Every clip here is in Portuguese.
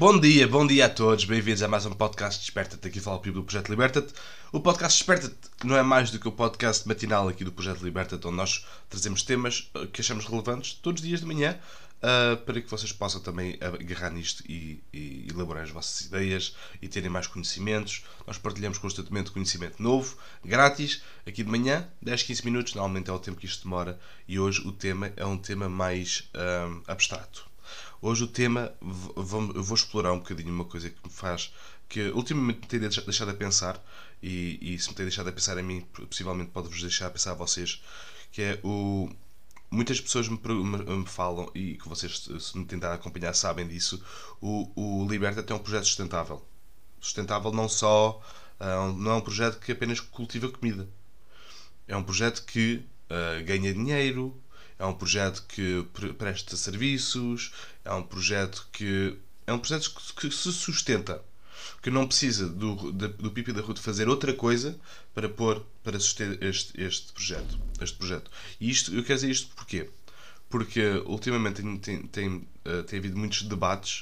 Bom dia a todos, bem-vindos a mais um podcast Desperta-te, aqui fala o Pipo do Projeto Liberta-te. O podcast Desperta-te não é mais do que o podcast matinal aqui do Projeto Liberta-te, onde nós trazemos temas que achamos relevantes todos os dias de manhã, para que vocês possam também agarrar nisto e elaborar as vossas ideias e terem mais conhecimentos. Nós partilhamos constantemente conhecimento novo, grátis, aqui de manhã, 10, 15 minutos, normalmente é o tempo que isto demora, e hoje o tema é um tema mais abstrato. Hoje o tema, eu vou explorar um bocadinho uma coisa que me faz, que ultimamente me tem deixado a pensar, e se me tem deixado a pensar a mim, possivelmente pode-vos deixar a pensar a vocês, que é o... Muitas pessoas me falam, e que vocês, se me tentarem acompanhar, sabem disso, o Liberta-te é um projeto sustentável. Sustentável não só, não é um projeto que apenas cultiva comida. É um projeto que ganha dinheiro, é um projeto que presta serviços, é um projeto que se sustenta, que não precisa do Pipi da Ruth fazer outra coisa para suster este projeto. E isto, eu quero dizer isto porquê? Porque ultimamente tem havido muitos debates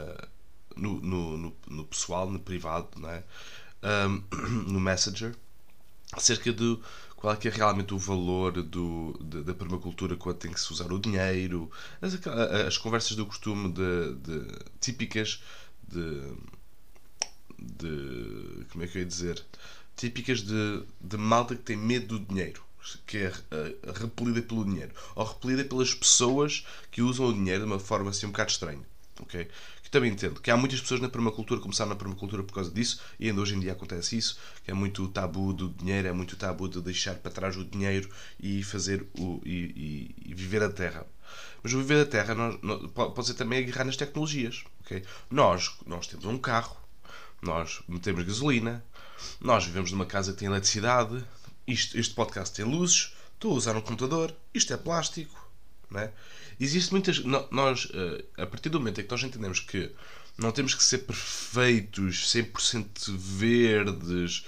no pessoal, no privado, não é? No Messenger, acerca de qual é que é realmente o valor da permacultura, quando tem que se usar o dinheiro, as conversas do costume típicas como é que eu ia dizer, típicas de malta que tem medo do dinheiro, que é repelida pelo dinheiro, ou repelida pelas pessoas que usam o dinheiro de uma forma assim um bocado estranha. Okay? Que também entendo que há muitas pessoas na permacultura que começaram na permacultura por causa disso, e ainda hoje em dia acontece isso, que é muito tabu do dinheiro, é muito tabu de deixar para trás o dinheiro e fazer e viver a terra. Mas o viver a terra pode ser também agarrar nas tecnologias. Okay? Nós temos um carro, nós metemos gasolina, nós vivemos numa casa que tem eletricidade, este podcast tem luzes, estou a usar um computador, isto é plástico, não é? Existe muitas... Nós, a partir do momento em que nós entendemos que não temos que ser perfeitos, 100% verdes,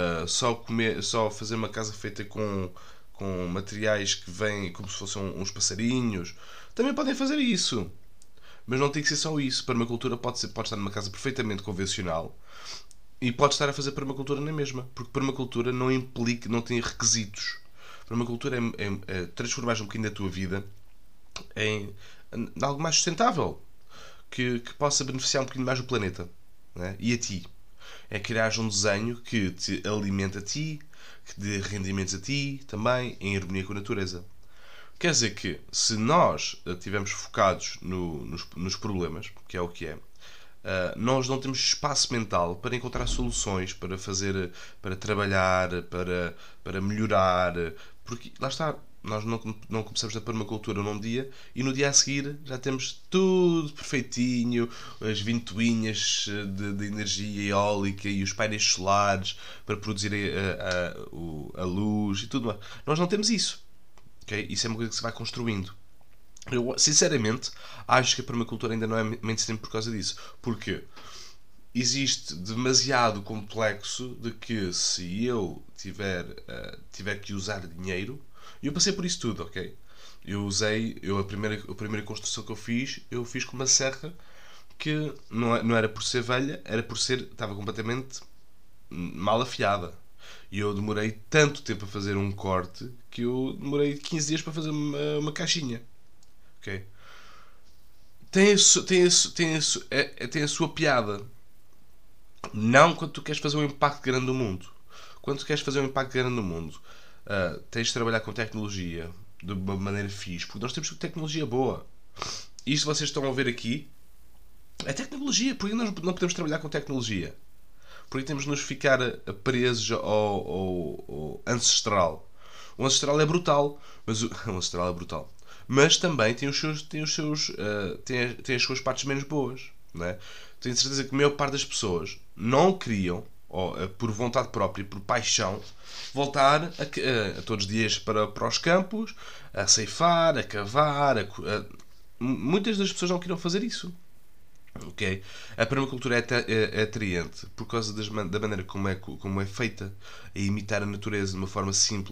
só fazer uma casa feita com materiais que vêm como se fossem uns passarinhos, também podem fazer isso. Mas não tem que ser só isso. Permacultura pode estar numa casa perfeitamente convencional e pode estar a fazer permacultura na mesma, porque permacultura não implica, não tem requisitos. Permacultura é transformar um bocadinho da tua vida em algo mais sustentável, que possa beneficiar um bocadinho mais o planeta, né? E a ti. É criar um desenho que te alimenta a ti, que dê rendimentos a ti também, em harmonia com a natureza. Quer dizer que, se nós estivermos focados nos problemas, que é o que é, nós não temos espaço mental para encontrar soluções, para fazer, para trabalhar, para melhorar, porque lá está, nós não começamos a permacultura num dia e no dia a seguir já temos tudo perfeitinho, as ventoinhas de energia eólica e os painéis solares para produzir a luz e tudo mais. Nós não temos isso. Okay? Isso é uma coisa que se vai construindo. Eu, sinceramente, acho que a permacultura ainda não é mainstream por causa disso. Porque existe demasiado complexo de que, se eu tiver que usar dinheiro... E eu passei por isso tudo, ok? A primeira construção que eu fiz com uma serra que não era por ser velha, era por estava completamente mal afiada. E eu demorei tanto tempo a fazer um corte que eu demorei 15 dias para fazer uma caixinha. Ok? Tem a sua piada. Não quando tu queres fazer um impacto grande no mundo. Quando tu queres fazer um impacto grande no mundo, tens de trabalhar com tecnologia de uma maneira fixe, porque nós temos tecnologia boa. Isto vocês estão a ver aqui é tecnologia. Porque nós não podemos trabalhar com tecnologia? Porque temos de nos ficar presos ao ancestral. O ancestral é brutal, mas o ancestral é brutal. Mas também tem as suas partes menos boas, não é? Tenho certeza que a maior parte das pessoas não queriam, por vontade própria, por paixão, voltar a todos os dias para os campos, a ceifar, a cavar. Muitas das pessoas não queriam fazer isso. Okay? A permacultura é atraente por causa da maneira como é feita, a imitar a natureza de uma forma simples.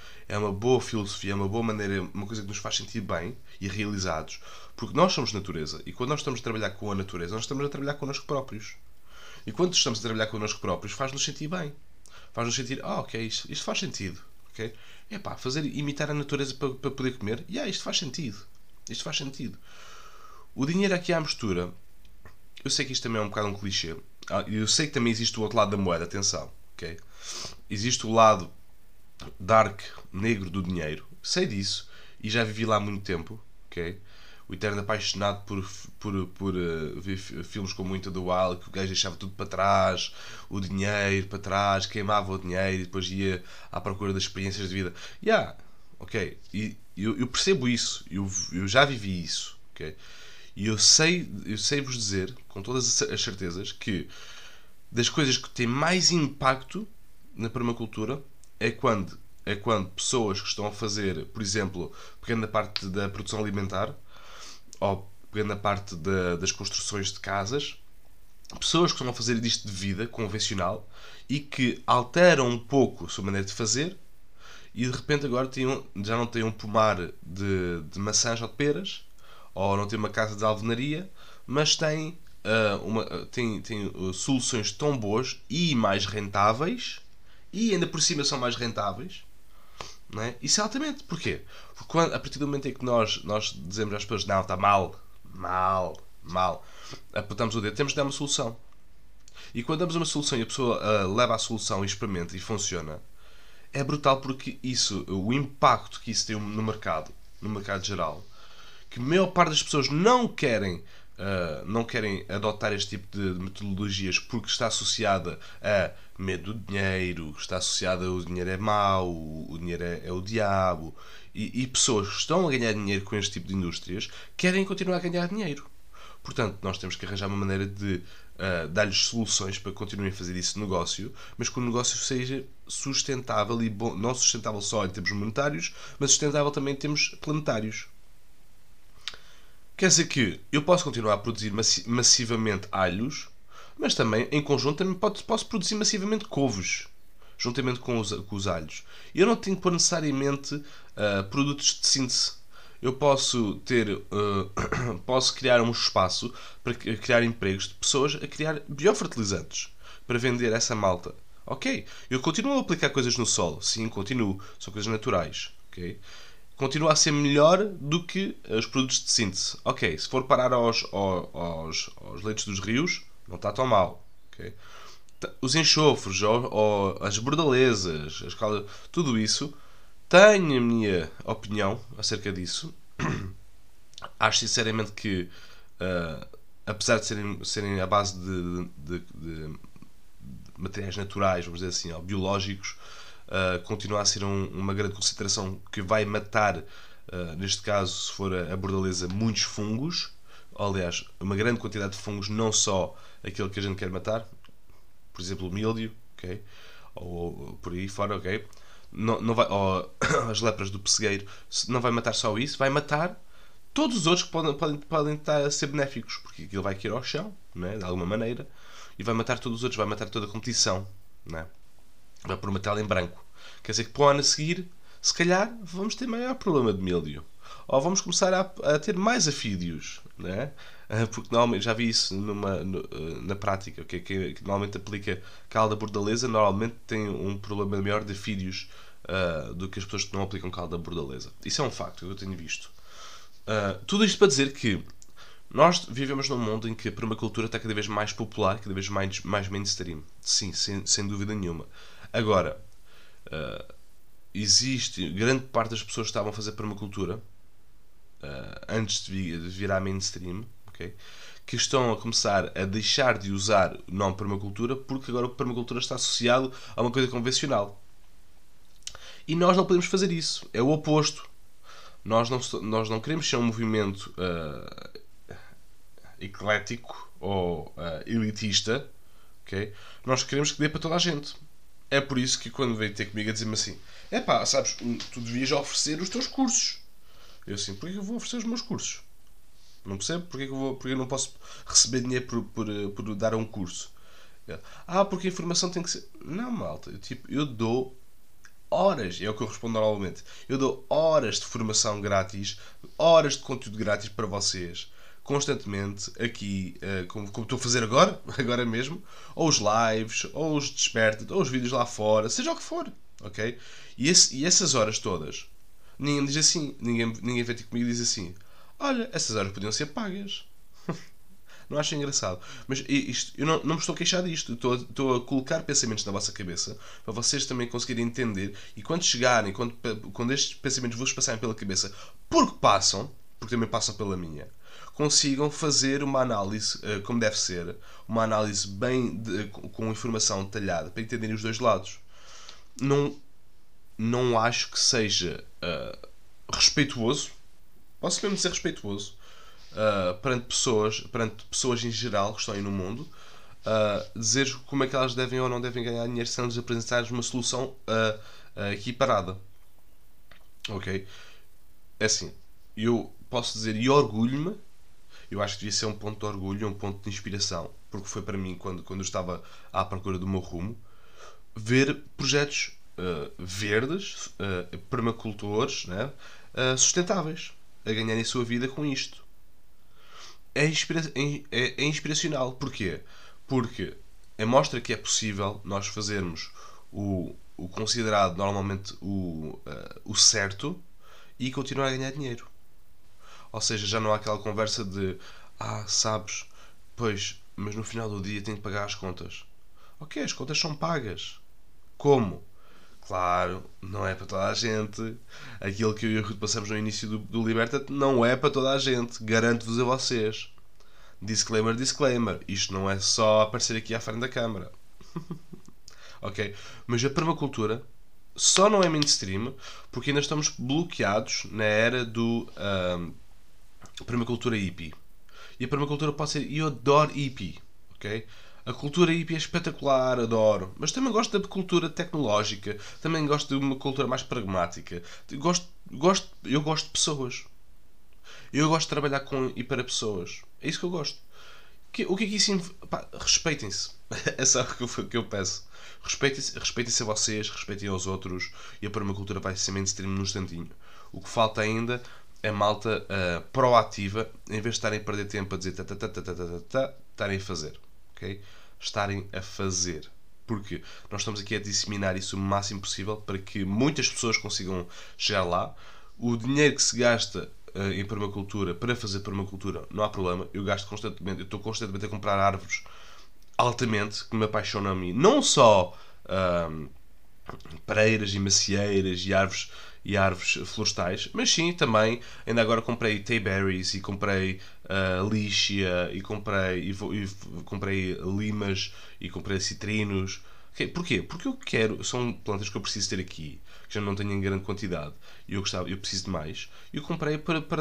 é uma boa filosofia, é uma boa maneira, uma coisa que nos faz sentir bem e realizados, porque nós somos natureza, e quando nós estamos a trabalhar com a natureza, nós estamos a trabalhar connosco próprios. E quando estamos a trabalhar connosco próprios, faz-nos sentir bem. Faz-nos sentir, ok, isto faz sentido. Okay? Epá, imitar a natureza para poder comer, isto faz sentido. Isto faz sentido. O dinheiro aqui à mistura, eu sei que isto também é um bocado um clichê. Eu sei que também existe o outro lado da moeda, atenção. Okay? Existe o lado dark, negro do dinheiro. Sei disso. E já vivi lá há muito tempo. Okay? O eterno apaixonado por ver filmes como Into the Wild, que o gajo deixava tudo para trás, o dinheiro para trás, queimava o dinheiro e depois ia à procura das experiências de vida. Ok. E eu percebo isso. Eu já vivi isso. Okay? E eu sei vos dizer, com todas as certezas, que das coisas que têm mais impacto na permacultura é quando pessoas que estão a fazer, por exemplo, pegando na parte da produção alimentar, ou pegando na parte das construções de casas, pessoas que estão a fazer isto de vida convencional e que alteram um pouco a sua maneira de fazer e de repente agora já não têm um pomar de maçãs ou de peras, ou não têm uma casa de alvenaria, mas têm soluções tão boas e mais rentáveis, e ainda por cima são mais rentáveis. Não é? Isso é altamente. Porquê? Porque a partir do momento em que nós dizemos às pessoas, não, está mal, apontamos o dedo, temos de dar uma solução. E quando damos uma solução e a pessoa leva a solução e experimenta e funciona, é brutal, porque o impacto que isso tem no mercado geral, que a maior parte das pessoas não querem adotar este tipo de metodologias porque está associada a medo do dinheiro, está associada a o dinheiro é mau, o dinheiro é o diabo, e pessoas que estão a ganhar dinheiro com este tipo de indústrias querem continuar a ganhar dinheiro. Portanto, nós temos que arranjar uma maneira de dar-lhes soluções para continuarem a fazer esse negócio, mas que o negócio seja sustentável e bom, não sustentável só em termos monetários, mas sustentável também em termos planetários. Quer dizer que eu posso continuar a produzir massivamente alhos, mas também, em conjunto, também posso produzir massivamente couves, juntamente com os alhos. Eu não tenho que pôr necessariamente produtos de síntese. Eu posso posso criar um espaço para criar empregos de pessoas a criar biofertilizantes para vender essa malta. Ok, eu continuo a aplicar coisas no solo. Sim, continuo. São coisas naturais. Ok? Continua a ser melhor do que os produtos de síntese. Ok, se for parar aos leitos dos rios, não está tão mal. Okay? Os enxofres, ou as bordalezas, tudo isso, tenho a minha opinião acerca disso. Acho sinceramente que, apesar de serem à base de materiais naturais, vamos dizer assim, ou biológicos, continua a ser uma grande concentração que vai matar, neste caso, se for a bordaleza, muitos fungos. Aliás, uma grande quantidade de fungos, não só aquele que a gente quer matar, por exemplo, o míldio, okay? Ou por aí fora, ok? Não vai, ou as lepras do pessegueiro, não vai matar só isso, vai matar todos os outros que podem estar a ser benéficos, porque aquilo vai cair ao chão, né, de alguma maneira, e vai matar todos os outros, vai matar toda a competição, né? Vai pôr uma tela em branco. Quer dizer que para o ano a seguir, se calhar, vamos ter maior problema de míldio. Ou vamos começar a ter mais afídeos, né? Porque normalmente, já vi isso na prática, okay? Que normalmente aplica calda bordaleza, normalmente tem um problema maior de afídeos do que as pessoas que não aplicam calda bordaleza. Isso é um facto, eu tenho visto. Tudo isto para dizer que nós vivemos num mundo em que a permacultura está cada vez mais popular, cada vez mais mainstream. Sim, sem dúvida nenhuma. Agora, existe grande parte das pessoas que estavam a fazer permacultura antes de virar mainstream, okay, que estão a começar a deixar de usar o nome permacultura porque agora a permacultura está associado a uma coisa convencional. E nós não podemos fazer isso. É o oposto. Nós não queremos ser um movimento eclético ou elitista. Okay? Nós queremos que dê para toda a gente. É por isso que quando veio ter comigo a dizer-me assim, sabes, tu devias oferecer os teus cursos. Eu assim, porquê que eu vou oferecer os meus cursos? Não percebo? Porquê eu não posso receber dinheiro por dar um curso? Porque a informação tem que ser... Não, malta. Eu dou horas, é o que eu respondo normalmente. Eu dou horas de formação grátis, horas de conteúdo grátis para vocês, constantemente, aqui, como estou a fazer agora, agora mesmo, ou os lives, ou os despertos, ou os vídeos lá fora, seja o que for, ok? E essas horas todas, ninguém diz assim, ninguém vem ter comigo e diz assim, olha, essas horas podiam ser pagas. Não acho engraçado. Mas isto, eu não me estou a queixar disto. Estou a colocar pensamentos na vossa cabeça para vocês também conseguirem entender. E quando chegarem, quando estes pensamentos vos passarem pela cabeça, porque passam, porque também passam pela minha, consigam fazer uma análise como deve ser, uma análise com informação detalhada para entenderem os dois lados. Não, não acho que seja respeituoso. Posso mesmo ser respeituoso perante pessoas em geral que estão aí no mundo, dizer como é que elas devem ou não devem ganhar dinheiro se não lhes apresentares uma solução equiparada. Ok? É assim, eu posso dizer e orgulho-me, eu acho que devia ser um ponto de orgulho, um ponto de inspiração, porque foi para mim quando eu estava à procura do meu rumo, ver projetos verdes, permacultores, né, sustentáveis, a ganharem a sua vida com isto. É inspiracional. Porquê? Porque mostra que é possível nós fazermos o considerado normalmente o certo e continuar a ganhar dinheiro. Ou seja, já não há aquela conversa de sabes, pois, mas no final do dia tenho que pagar as contas. Ok, as contas são pagas. Como? Claro, não é para toda a gente. Aquilo que eu e o Ruto passamos no início do Liberta não é para toda a gente. Garanto-vos a vocês. Disclaimer, disclaimer. Isto não é só aparecer aqui à frente da câmara. Ok? Mas a permacultura só não é mainstream porque ainda estamos bloqueados na era do permacultura hippie. E a permacultura pode ser... Eu adoro hippie. Ok? A cultura hippie é espetacular, adoro. Mas também gosto da cultura tecnológica. Também gosto de uma cultura mais pragmática. Eu gosto de pessoas. Eu gosto de trabalhar com e para pessoas. É isso que eu gosto. O que é que isso... Respeitem-se. É só o que eu peço. Respeitem-se a vocês, respeitem aos outros e a permacultura vai ser mainstream num instantinho. O que falta ainda é malta proativa, em vez de estarem a perder tempo a dizer estarem a fazer. Ok? Estarem a fazer. Porque nós estamos aqui a disseminar isso o máximo possível para que muitas pessoas consigam chegar lá. O dinheiro que se gasta em permacultura para fazer permacultura não há problema. Eu estou constantemente a comprar árvores altamente que me apaixonam a mim. Não só pareiras e macieiras e árvores florestais, mas sim também, ainda agora comprei tayberries e comprei líxia e comprei limas e comprei citrinos. Okay. Porquê? Porque eu quero, são plantas que eu preciso ter aqui, que já não tenho em grande quantidade e eu preciso de mais, e eu comprei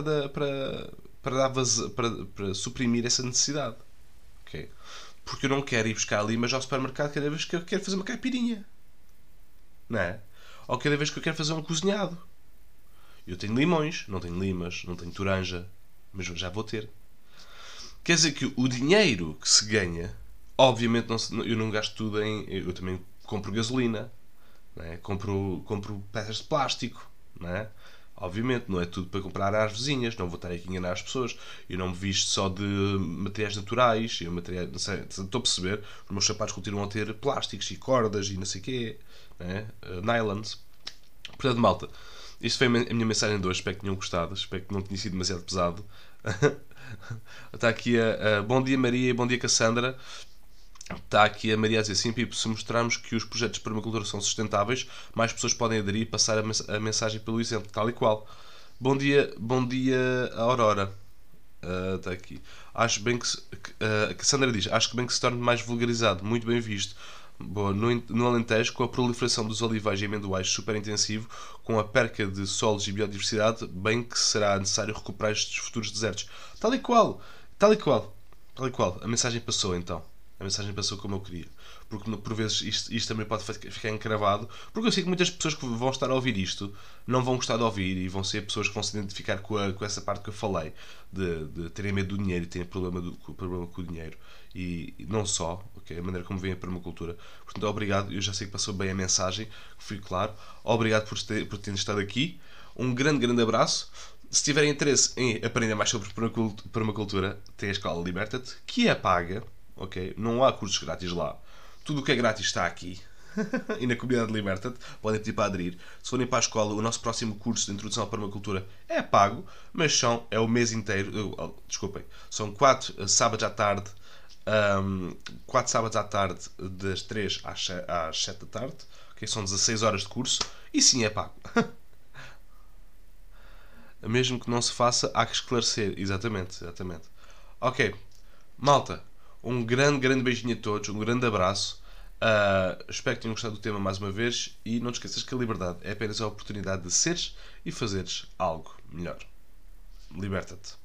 para suprimir essa necessidade. Okay. Porque eu não quero ir buscar limas ao supermercado cada vez que eu quero fazer uma caipirinha. Não é? Ou cada vez que eu quero fazer um cozinhado. Eu tenho limões, não tenho limas, não tenho toranja, mas já vou ter. Quer dizer que o dinheiro que se ganha, obviamente eu não gasto tudo em... Eu também compro gasolina, não é? Compro peças de plástico, não é? Obviamente, não é tudo para comprar às vizinhas, não vou estar aqui a enganar as pessoas. Eu não me visto só de materiais naturais, não sei, estou a perceber, os meus sapatos continuam a ter plásticos e cordas e não sei o quê, né? Nylons. Portanto, malta, isto foi a minha mensagem de hoje, espero que tenham gostado, espero que não tenha sido demasiado pesado. Está aqui a Bom dia Maria e bom dia Cassandra. Está aqui a Maria a dizer, sim, Pipo, se mostrarmos que os projetos de permacultura são sustentáveis, mais pessoas podem aderir e passar a mensagem pelo exemplo, tal e qual. Bom dia Aurora. Está aqui. Acho bem que a Cassandra diz, acho que bem que se torne mais vulgarizado, muito bem visto. Boa. No Alentejo, com a proliferação dos olivais e amendoais super intensivo, com a perca de solos e biodiversidade, bem que será necessário recuperar estes futuros desertos. Tal e qual, tal e qual, tal e qual. A mensagem passou então. A mensagem passou como eu queria. Porque por vezes isto também pode ficar encravado. Porque eu sei que muitas pessoas que vão estar a ouvir isto não vão gostar de ouvir e vão ser pessoas que vão se identificar com essa parte que eu falei de terem medo do dinheiro e terem problema com o dinheiro. E não só, okay? A maneira como vem a permacultura. Portanto, obrigado, eu já sei que passou bem a mensagem, fui claro. Obrigado por terem estado aqui. Um grande abraço. Se tiverem interesse em aprender mais sobre permacultura, tem a Escola Liberta-te, que é paga, ok? Não há cursos grátis lá. Tudo o que é grátis está aqui. E na comunidade Liberta-te, podem pedir para aderir. Se forem para a escola, o nosso próximo curso de Introdução à Permacultura é pago, mas é o mês inteiro. Desculpem, são 4 sábados à tarde, 4 sábados à tarde, das 3 às 7 da tarde, okay? São 16 horas de curso, e sim é pago. Mesmo que não se faça, há que esclarecer. Exatamente. Ok, malta, um grande beijinho a todos, um grande abraço. Espero que tenham gostado do tema mais uma vez e não te esqueças que a liberdade é apenas a oportunidade de seres e fazeres algo melhor. Liberta-te.